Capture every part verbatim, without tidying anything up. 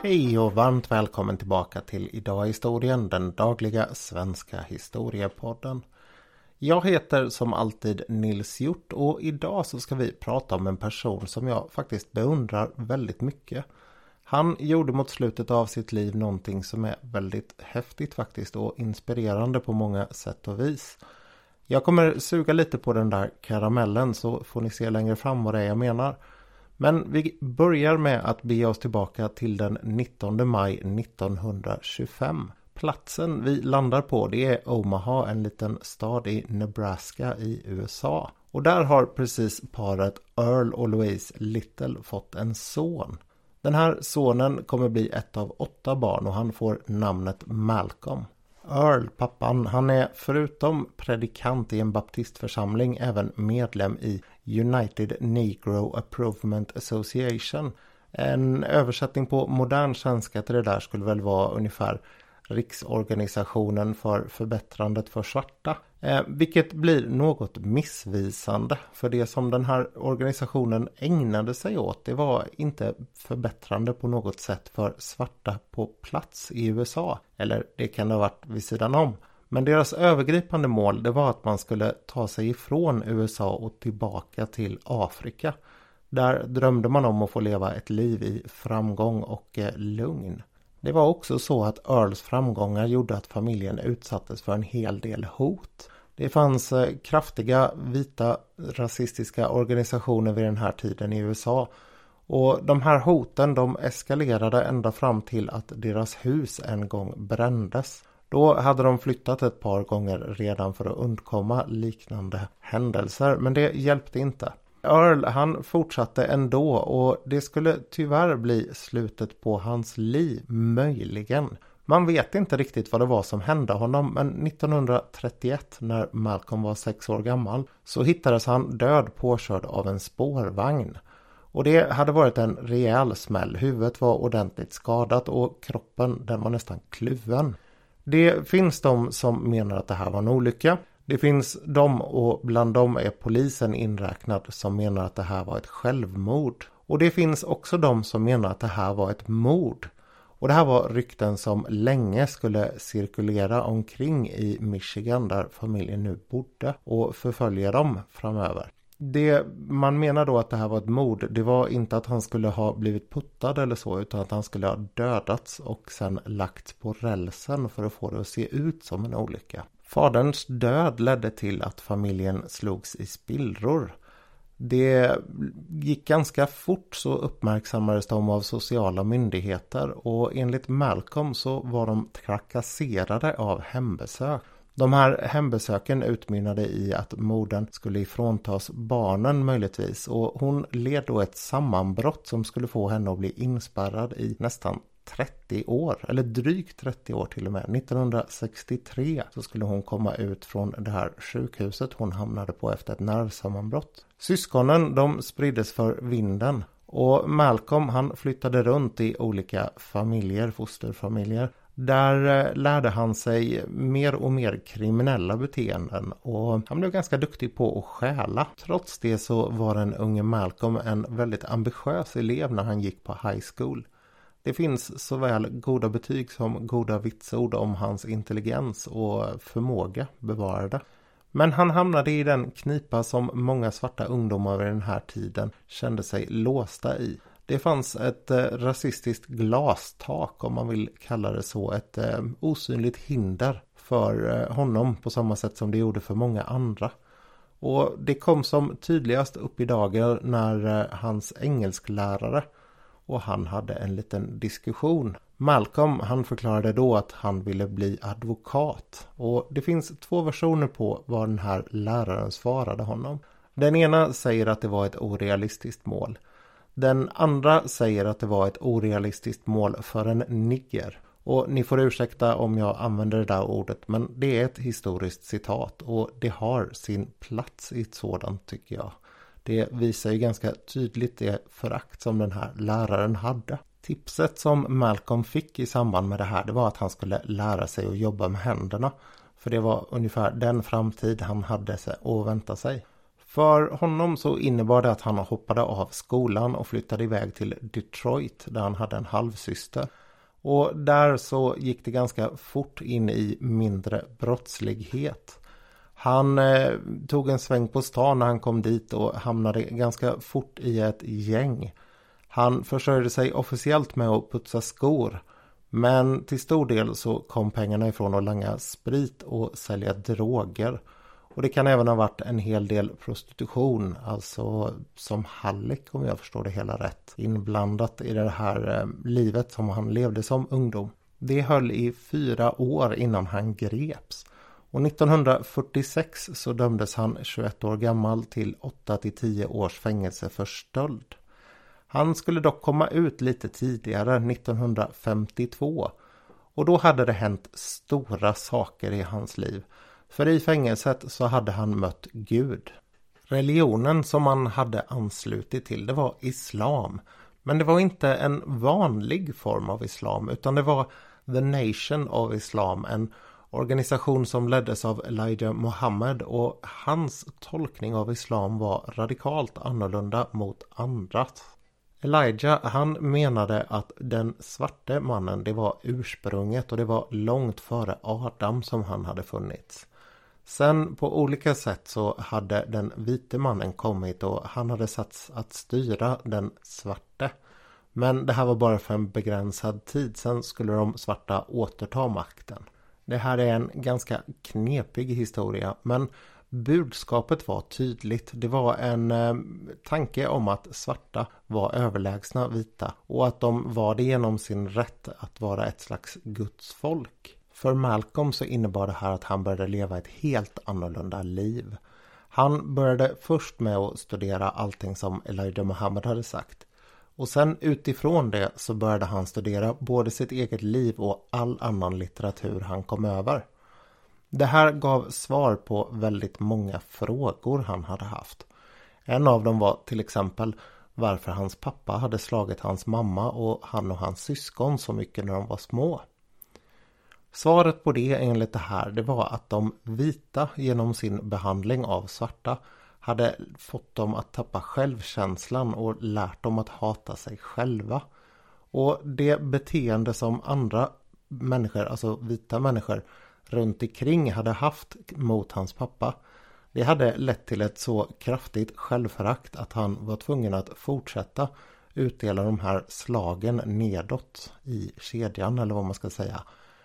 Hej och varmt välkommen tillbaka till Idag i historien, den dagliga svenska historiepodden. Jag heter som alltid Nils Hjort och idag så ska vi prata om en person som jag faktiskt beundrar väldigt mycket. Han gjorde mot slutet av sitt liv någonting som är väldigt häftigt faktiskt och inspirerande på många sätt och vis. Jag kommer suga lite på den där karamellen så får ni se längre fram vad det är jag menar. Men vi börjar med att bege oss tillbaka till den nittonde maj nittonhundratjugofem. Platsen vi landar på det är Omaha, en liten stad i Nebraska i U S A. Och där har precis paret Earl och Louise Little fått en son. Den här sonen kommer bli ett av åtta barn och han får namnet Malcolm. Earl, pappan, han är förutom predikant i en baptistförsamling även medlem i United Negro Improvement Association. En översättning på modern svenska till det där skulle väl vara ungefär Riksorganisationen för förbättrandet för svarta. Eh, vilket blir något missvisande, för det som den här organisationen ägnade sig åt det var inte förbättrande på något sätt för svarta på plats i U S A. Eller det kan det ha varit vid sidan om. Men deras övergripande mål det var att man skulle ta sig ifrån U S A och tillbaka till Afrika. Där drömde man om att få leva ett liv i framgång och eh, lugn. Det var också så att Earls framgångar gjorde att familjen utsattes för en hel del hot. Det fanns eh, kraftiga vita rasistiska organisationer vid den här tiden i U S A. Och de här hoten de eskalerade ända fram till att deras hus en gång brändes. Då hade de flyttat ett par gånger redan för att undkomma liknande händelser, men det hjälpte inte. Earl han fortsatte ändå och det skulle tyvärr bli slutet på hans liv, möjligen. Man vet inte riktigt vad det var som hände honom, men nittonhundratrettioett när Malcolm var sex år gammal så hittades han död påkörd av en spårvagn. Och det hade varit en rejäl smäll, huvudet var ordentligt skadat och kroppen den var nästan kluven. Det finns de som menar att det här var en olycka. Det finns de och bland dem är polisen inräknad som menar att det här var ett självmord. Och det finns också de som menar att det här var ett mord. Och det här var rykten som länge skulle cirkulera omkring i Michigan där familjen nu bodde och förfölja dem framöver. Det man menar då att det här var ett mord, det var inte att han skulle ha blivit puttad eller så, utan att han skulle ha dödats och sen lagt på rälsen för att få det att se ut som en olycka. Faderns död ledde till att familjen slogs i spillror. Det gick ganska fort så uppmärksammades de av sociala myndigheter och enligt Malcolm så var de trakasserade av hembesök. De här hembesöken utmynnade i att modern skulle ifråntas barnen möjligtvis och hon led då ett sammanbrott som skulle få henne att bli inspärrad i nästan trettio år, eller drygt trettio år till och med. nittonhundrasextiotre så skulle hon komma ut från det här sjukhuset hon hamnade på efter ett nervsammanbrott. Syskonen de spriddes för vinden och Malcolm han flyttade runt i olika familjer, fosterfamiljer. Där lärde han sig mer och mer kriminella beteenden och han blev ganska duktig på att stjäla. Trots det så var den unge Malcolm en väldigt ambitiös elev när han gick på high school. Det finns såväl goda betyg som goda vitsord om hans intelligens och förmåga bevarade. Men han hamnade i den knipa som många svarta ungdomar vid den här tiden kände sig låsta i. Det fanns ett eh, rasistiskt glastak, om man vill kalla det så, ett eh, osynligt hinder för eh, honom på samma sätt som det gjorde för många andra. Och det kom som tydligast upp i dagen när eh, hans engelsklärare och han hade en liten diskussion. Malcolm han förklarade då att han ville bli advokat och det finns två versioner på vad den här läraren svarade honom. Den ena säger att det var ett orealistiskt mål. Den andra säger att det var ett orealistiskt mål för en nigger. Och ni får ursäkta om jag använder det där ordet, men det är ett historiskt citat och det har sin plats i ett sådant tycker jag. Det visar ju ganska tydligt det förakt som den här läraren hade. Tipset som Malcolm fick i samband med det här det var att han skulle lära sig att jobba med händerna. För det var ungefär den framtid han hade sig att vänta sig. För honom så innebar det att han hoppade av skolan och flyttade iväg till Detroit där han hade en halvsyster. Och där så gick det ganska fort in i mindre brottslighet. Han eh, tog en sväng på stan när han kom dit och hamnade ganska fort i ett gäng. Han försörjde sig officiellt med att putsa skor. Men till stor del så kom pengarna ifrån att langa sprit och sälja droger. Och det kan även ha varit en hel del prostitution, alltså som hallick om jag förstår det hela rätt, inblandat i det här eh, livet som han levde som ungdom. Det höll i fyra år innan han greps. Och nittonhundrafyrtiosex så dömdes han tjugoett år gammal till åtta till tio års fängelse för stöld. Han skulle dock komma ut lite tidigare, nittonhundrafemtiotvå. Och då hade det hänt stora saker i hans liv. För i fängelset så hade han mött Gud. Religionen som han hade anslutit till, det var islam. Men det var inte en vanlig form av islam, utan det var The Nation of Islam, en organisation som leddes av Elijah Muhammad, och hans tolkning av islam var radikalt annorlunda mot andras. Elijah, han menade att den svarte mannen, det var ursprunget och det var långt före Adam som han hade funnits. Sen på olika sätt så hade den vite mannen kommit och han hade satts att styra den svarte. Men det här var bara för en begränsad tid, sen skulle de svarta återta makten. Det här är en ganska knepig historia, men budskapet var tydligt. Det var en eh, tanke om att svarta var överlägsna vita och att de var det genom sin rätt att vara ett slags Guds folk. För Malcolm så innebar det här att han började leva ett helt annorlunda liv. Han började först med att studera allting som Elijah Muhammad hade sagt. Och sen utifrån det så började han studera både sitt eget liv och all annan litteratur han kom över. Det här gav svar på väldigt många frågor han hade haft. En av dem var till exempel varför hans pappa hade slagit hans mamma och han och hans syskon så mycket när de var små. Svaret på det enligt det här, det var att de vita genom sin behandling av svarta hade fått dem att tappa självkänslan och lärt dem att hata sig själva. Och det beteende som andra människor, alltså vita människor runt omkring hade haft mot hans pappa, det hade lett till ett så kraftigt självförakt att han var tvungen att fortsätta utdela de här slagen nedåt i kedjan, eller vad man ska säga,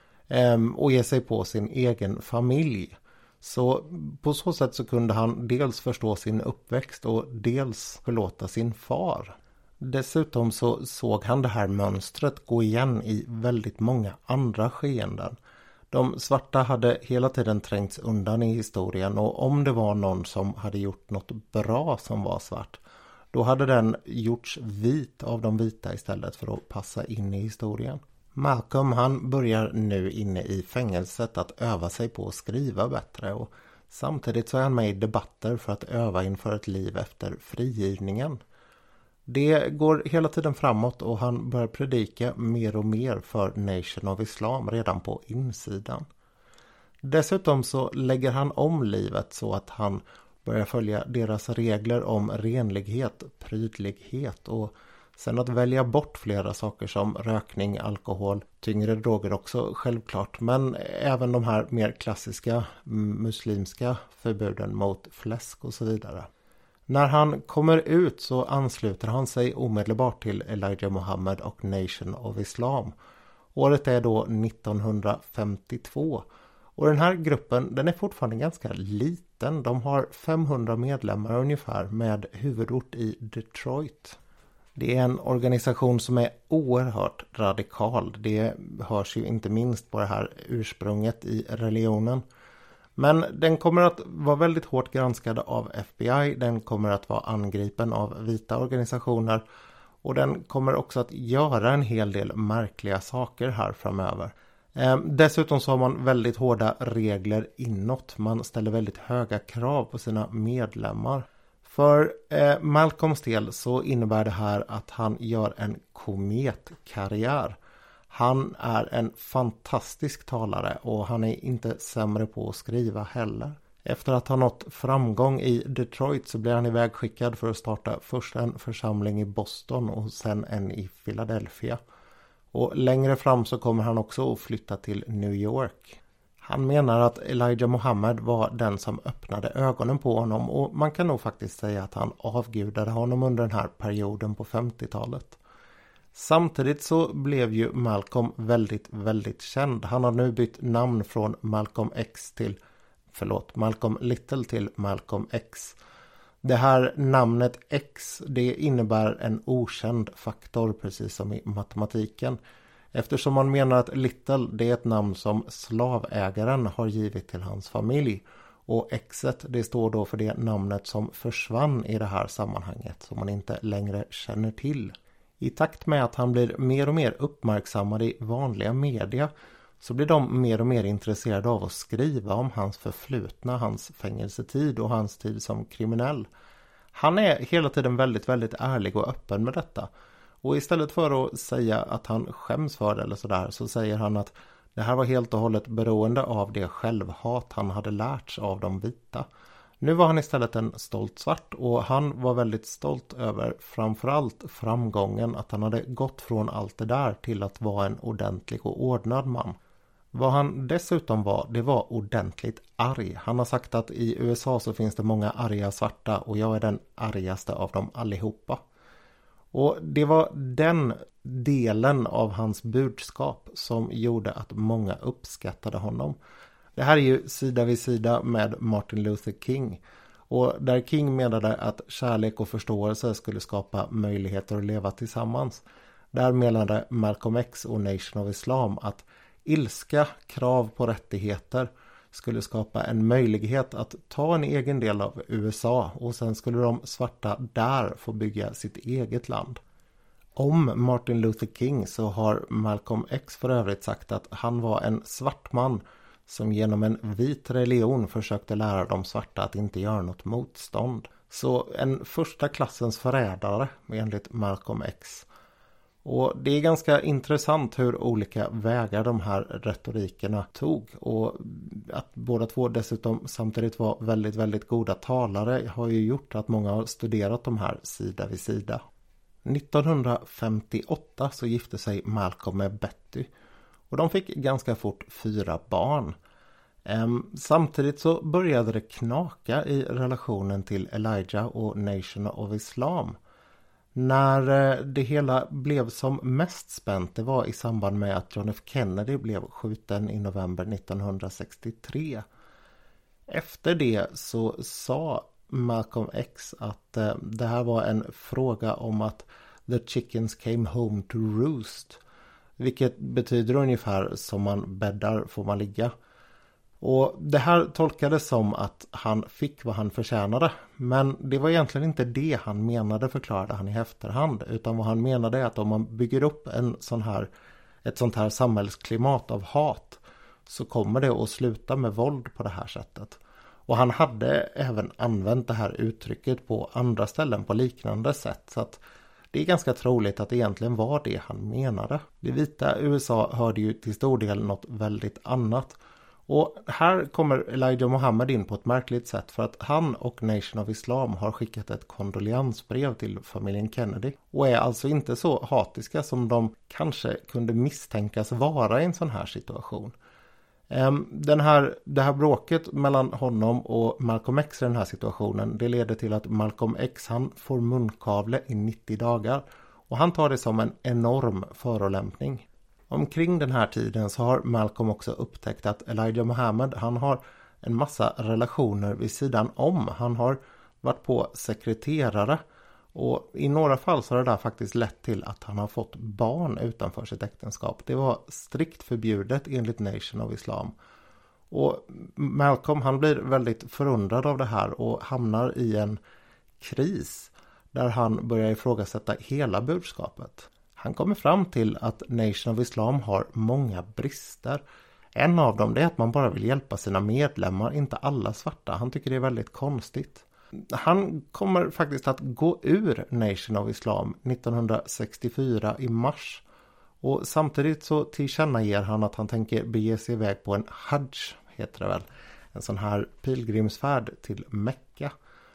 och ge sig på sin egen familj. Så på så sätt så kunde han dels förstå sin uppväxt och dels förlåta sin far. Dessutom så såg han det här mönstret gå igen i väldigt många andra skeenden. De svarta hade hela tiden trängts undan i historien, och om det var någon som hade gjort något bra som var svart, då hade den gjorts vit av de vita istället för att passa in i historien. Malcolm, han börjar nu inne i fängelset att öva sig på att skriva bättre, och samtidigt så är han med i debatter för att öva inför ett liv efter frigivningen. Det går hela tiden framåt och han börjar predika mer och mer för Nation of Islam redan på insidan. Dessutom så lägger han om livet så att han börjar följa deras regler om renlighet, prydlighet och sen att välja bort flera saker som rökning, alkohol, tyngre droger också självklart, men även de här mer klassiska muslimska förbuden mot fläsk och så vidare. När han kommer ut så ansluter han sig omedelbart till Elijah Muhammad och Nation of Islam. Året är då nittonhundrafemtiotvå och den här gruppen, den är fortfarande ganska liten. De har femhundra medlemmar ungefär med huvudort i Detroit. Det är en organisation som är oerhört radikal. Det hörs ju inte minst på det här ursprunget i religionen. Men den kommer att vara väldigt hårt granskad av F B I. Den kommer att vara angripen av vita organisationer. Och den kommer också att göra en hel del märkliga saker här framöver. Eh, dessutom så har man väldigt hårda regler inåt. Man ställer väldigt höga krav på sina medlemmar. För eh, Malcolms del så innebär det här att han gör en kometkarriär. Han är en fantastisk talare och han är inte sämre på att skriva heller. Efter att ha nått framgång i Detroit så blir han ivägskickad för att starta först en församling i Boston och sen en i Philadelphia. Och längre fram så kommer han också att flytta till New York. Han menar att Elijah Muhammad var den som öppnade ögonen på honom och man kan nog faktiskt säga att han avgudade honom under den här perioden på femtiotalet. Samtidigt så blev ju Malcolm väldigt, väldigt känd. Han har nu bytt namn från Malcolm X till, förlåt, Malcolm Little till Malcolm X. Det här namnet X, det innebär en okänd faktor precis som i matematiken. Eftersom man menar att Little, det är ett namn som slavägaren har givit till hans familj. Och Xet, det står då för det namnet som försvann i det här sammanhanget som man inte längre känner till. I takt med att han blir mer och mer uppmärksammad i vanliga media så blir de mer och mer intresserade av att skriva om hans förflutna, hans fängelsetid och hans tid som kriminell. Han är hela tiden väldigt, väldigt ärlig och öppen med detta. Och istället för att säga att han skäms för det eller sådär så säger han att det här var helt och hållet beroende av det självhat han hade lärts av de vita. Nu var han istället en stolt svart och han var väldigt stolt över framförallt framgången att han hade gått från allt det där till att vara en ordentlig och ordnad man. Vad han dessutom var, det var ordentligt arg. Han har sagt att i U S A så finns det många arga svarta och jag är den argaste av dem allihopa. Och det var den delen av hans budskap som gjorde att många uppskattade honom. Det här är ju sida vid sida med Martin Luther King. Och där King menade att kärlek och förståelse skulle skapa möjligheter att leva tillsammans. Där menade Malcolm X och Nation of Islam att ilska, krav på rättigheter skulle skapa en möjlighet att ta en egen del av U S A och sen skulle de svarta där få bygga sitt eget land. Om Martin Luther King så har Malcolm X för övrigt sagt att han var en svart man som genom en vit religion försökte lära de svarta att inte göra något motstånd. Så en första klassens förrädare enligt Malcolm X. Och det är ganska intressant hur olika vägar de här retorikerna tog. Och att båda två dessutom samtidigt var väldigt, väldigt goda talare har ju gjort att många har studerat de här sida vid sida. nittonhundrafemtioåtta så gifte sig Malcolm med Betty. Och de fick ganska fort fyra barn. Ehm, samtidigt så började det knaka i relationen till Elijah och Nation of Islam. När det hela blev som mest spänt, det var i samband med att John F. Kennedy blev skjuten i november nittonhundrasextiotre. Efter det så sa Malcolm X att eh, det här var en fråga om att the chickens came home to roost. Vilket betyder ungefär som man bäddar får man ligga. Och det här tolkades som att han fick vad han förtjänade. Men det var egentligen inte det han menade, förklarade han i efterhand. Utan vad han menade är att om man bygger upp en sån här, ett sånt här samhällsklimat av hat så kommer det att sluta med våld på det här sättet. Och han hade även använt det här uttrycket på andra ställen på liknande sätt. Så att det är ganska troligt att det egentligen var det han menade. Det vita U S A hörde ju till stor del något väldigt annat. Och här kommer Elijah Muhammad in på ett märkligt sätt för att han och Nation of Islam har skickat ett kondoliansbrev till familjen Kennedy och är alltså inte så hatiska som de kanske kunde misstänkas vara i en sån här situation. Den här, det här bråket mellan honom och Malcolm X i den här situationen, det leder till att Malcolm X han får munkavle i nittio dagar och han tar det som en enorm förolämpning. Omkring den här tiden så har Malcolm också upptäckt att Elijah Muhammad han har en massa relationer vid sidan om. Han har varit på sekreterare och i några fall så har det där faktiskt lett till att han har fått barn utanför sitt äktenskap. Det var strikt förbjudet enligt Nation of Islam. Och Malcolm han blir väldigt förundrad av det här och hamnar i en kris där han börjar ifrågasätta hela budskapet. Han kommer fram till att Nation of Islam har många brister. En av dem är att man bara vill hjälpa sina medlemmar, inte alla svarta. Han tycker det är väldigt konstigt. Han kommer faktiskt att gå ur Nation of Islam nittonhundrasextiofyra i mars. Och samtidigt så tillkännager han att han tänker bege sig iväg på en hajj, heter det väl. en sån här pilgrimsfärd till Mecka.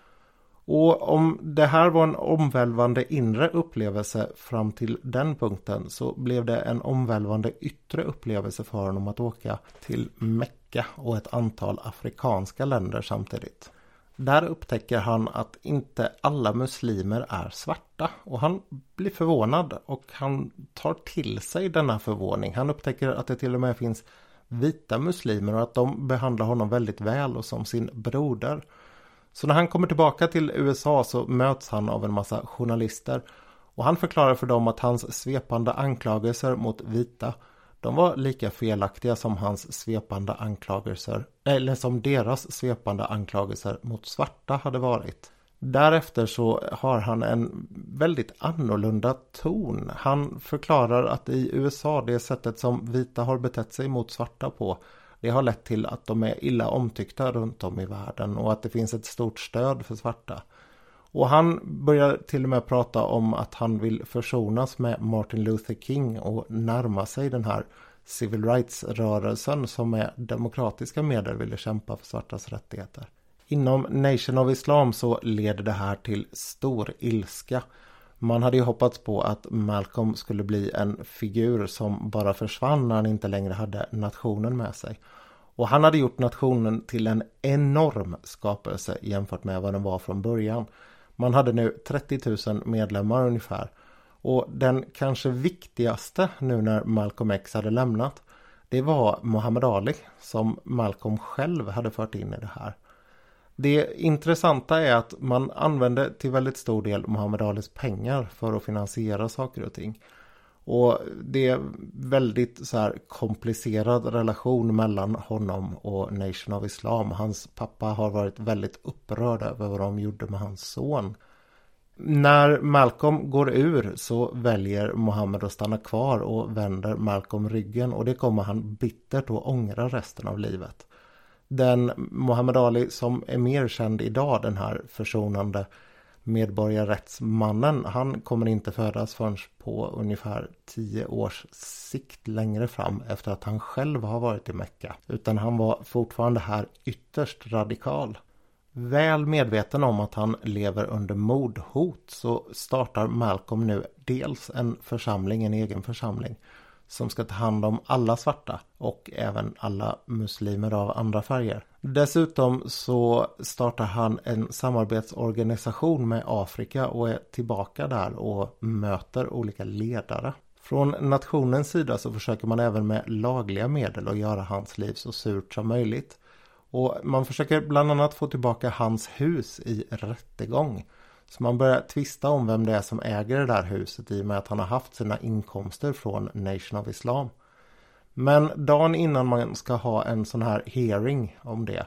Och om det här var en omvälvande inre upplevelse fram till den punkten så blev det en omvälvande yttre upplevelse för honom att åka till Mecka och ett antal afrikanska länder samtidigt. Där upptäcker han att inte alla muslimer är svarta och han blir förvånad och han tar till sig denna förvåning. Han upptäcker att det till och med finns vita muslimer och att de behandlar honom väldigt väl och som sin broder. Så när han kommer tillbaka till U S A så möts han av en massa journalister och han förklarar för dem att hans svepande anklagelser mot vita, de var lika felaktiga som hans svepande anklagelser, eller som deras svepande anklagelser mot svarta hade varit. Därefter så har han en väldigt annorlunda ton. Han förklarar att i U S A det sättet som vita har betett sig mot svarta på, det har lett till att de är illa omtyckta runt om i världen och att det finns ett stort stöd för svarta. Och han börjar till och med prata om att han vill försonas med Martin Luther King och närma sig den här civil rights-rörelsen som med demokratiska medel ville kämpa för svartas rättigheter. Inom Nation of Islam så leder det här till stor ilska. Man hade ju hoppats på att Malcolm skulle bli en figur som bara försvann när han inte längre hade nationen med sig. Och han hade gjort nationen till en enorm skapelse jämfört med vad den var från början. Man hade nu trettio tusen medlemmar ungefär. Och den kanske viktigaste nu när Malcolm X hade lämnat, det var Muhammad Ali som Malcolm själv hade fört in i det här. Det intressanta är att man använde till väldigt stor del Muhammad Alis pengar för att finansiera saker och ting. Och det är väldigt så här komplicerad relation mellan honom och Nation of Islam. Hans pappa har varit väldigt upprörd över vad de gjorde med hans son. När Malcolm går ur så väljer Muhammad att stanna kvar och vänder Malcolm ryggen. Och det kommer han bittert att ångra resten av livet. Den Muhammad Ali som är mer känd idag, den här försonande medborgarrättsmannen, han kommer inte födas förrän på ungefär tio års sikt längre fram efter att han själv har varit i Mecka. Utan han var fortfarande här ytterst radikal. Väl medveten om att han lever under mordhot så startar Malcolm nu dels en församling, en egen församling som ska ta hand om alla svarta och även alla muslimer av andra färger. Dessutom så startar han en samarbetsorganisation med Afrika och är tillbaka där och möter olika ledare. Från nationens sida så försöker man även med lagliga medel att göra hans liv så surt som möjligt. Och man försöker bland annat få tillbaka hans hus i rättegång. Så man börjar tvista om vem det är som äger det där huset i och med att han har haft sina inkomster från Nation of Islam. Men dagen innan man ska ha en sån här hearing om det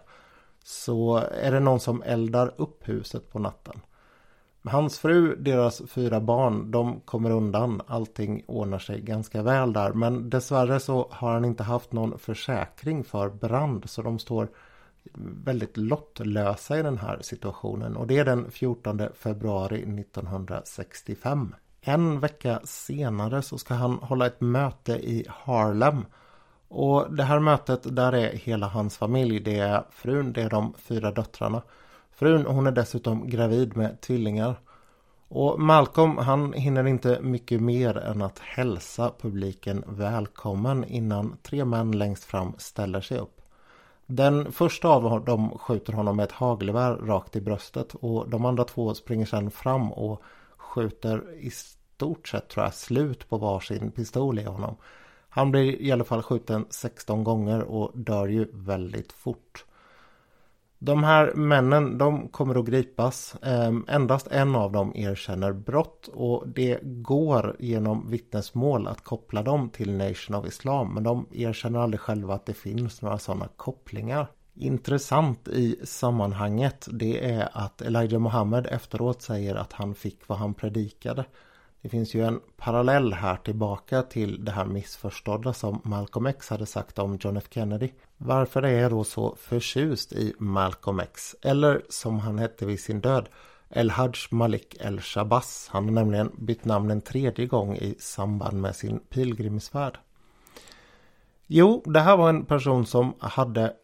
så är det någon som eldar upp huset på natten. Hans fru, deras fyra barn, de kommer undan. Allting ordnar sig ganska väl där. Men dessvärre så har han inte haft någon försäkring för brand så de står väldigt lottlösa i den här situationen. Och det är den fjortonde februari nittonhundrasextiofem. En vecka senare så ska han hålla ett möte i Harlem. Och det här mötet, där är hela hans familj. Det är frun, det är de fyra döttrarna. Frun, hon är dessutom gravid med tvillingar. Och Malcolm, han hinner inte mycket mer än att hälsa publiken välkommen innan tre män längst fram ställer sig upp. Den första av dem skjuter honom med ett hagelgevär rakt i bröstet och de andra två springer sedan fram och skjuter i stort sett, tror jag, slut på varsin pistol i honom. Han blir i alla fall skjuten sexton gånger och dör ju väldigt fort. De här männen, de kommer att gripas. Endast en av dem erkänner brott och det går genom vittnesmål att koppla dem till Nation of Islam. Men de erkänner aldrig själva att det finns några sådana kopplingar. Intressant i sammanhanget, det är att Elijah Muhammad efteråt säger att han fick vad han predikade. Det finns ju en parallell här tillbaka till det här missförstådda som Malcolm X hade sagt om John F. Kennedy. Varför är jag då så förtjust i Malcolm X? Eller som han hette vid sin död, El-Hajj Malik El-Shabazz. Han har nämligen bytt namn en tredje gång i samband med sin pilgrimsfärd. Jo, det här var en person som hade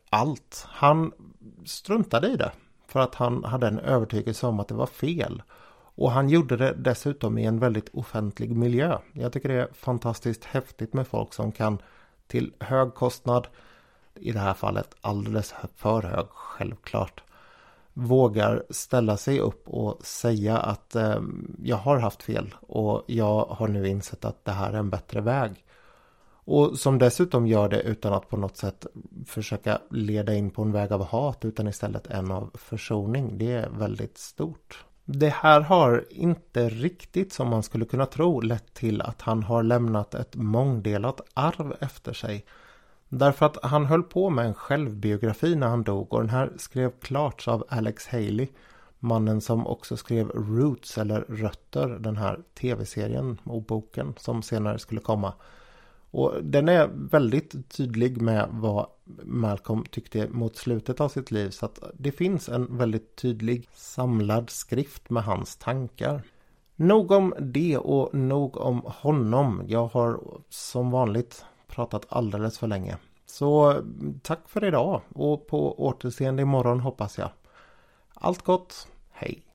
allt. Han struntade i det för att han hade en övertygelse om att det var fel. Och han gjorde det dessutom i en väldigt offentlig miljö. Jag tycker det är fantastiskt häftigt med folk som kan till hög kostnad, i det här fallet alldeles för hög självklart, vågar ställa sig upp och säga att eh, jag har haft fel och jag har nu insett att det här är en bättre väg. Och som dessutom gör det utan att på något sätt försöka leda in på en väg av hat, utan istället en av försoning. Det är väldigt stort. Det här har inte riktigt, som man skulle kunna tro, lett till att han har lämnat ett mångdelat arv efter sig. Därför att han höll på med en självbiografi när han dog, och den här skrev klart av Alex Haley, mannen som också skrev Roots eller Rötter, den här tv-serien och boken som senare skulle komma. Och den är väldigt tydlig med vad Malcolm tyckte mot slutet av sitt liv, så att det finns en väldigt tydlig samlad skrift med hans tankar. Nog om det och nog om honom. Jag har som vanligt pratat alldeles för länge. Så tack för idag och på återseende imorgon hoppas jag. Allt gott, hej!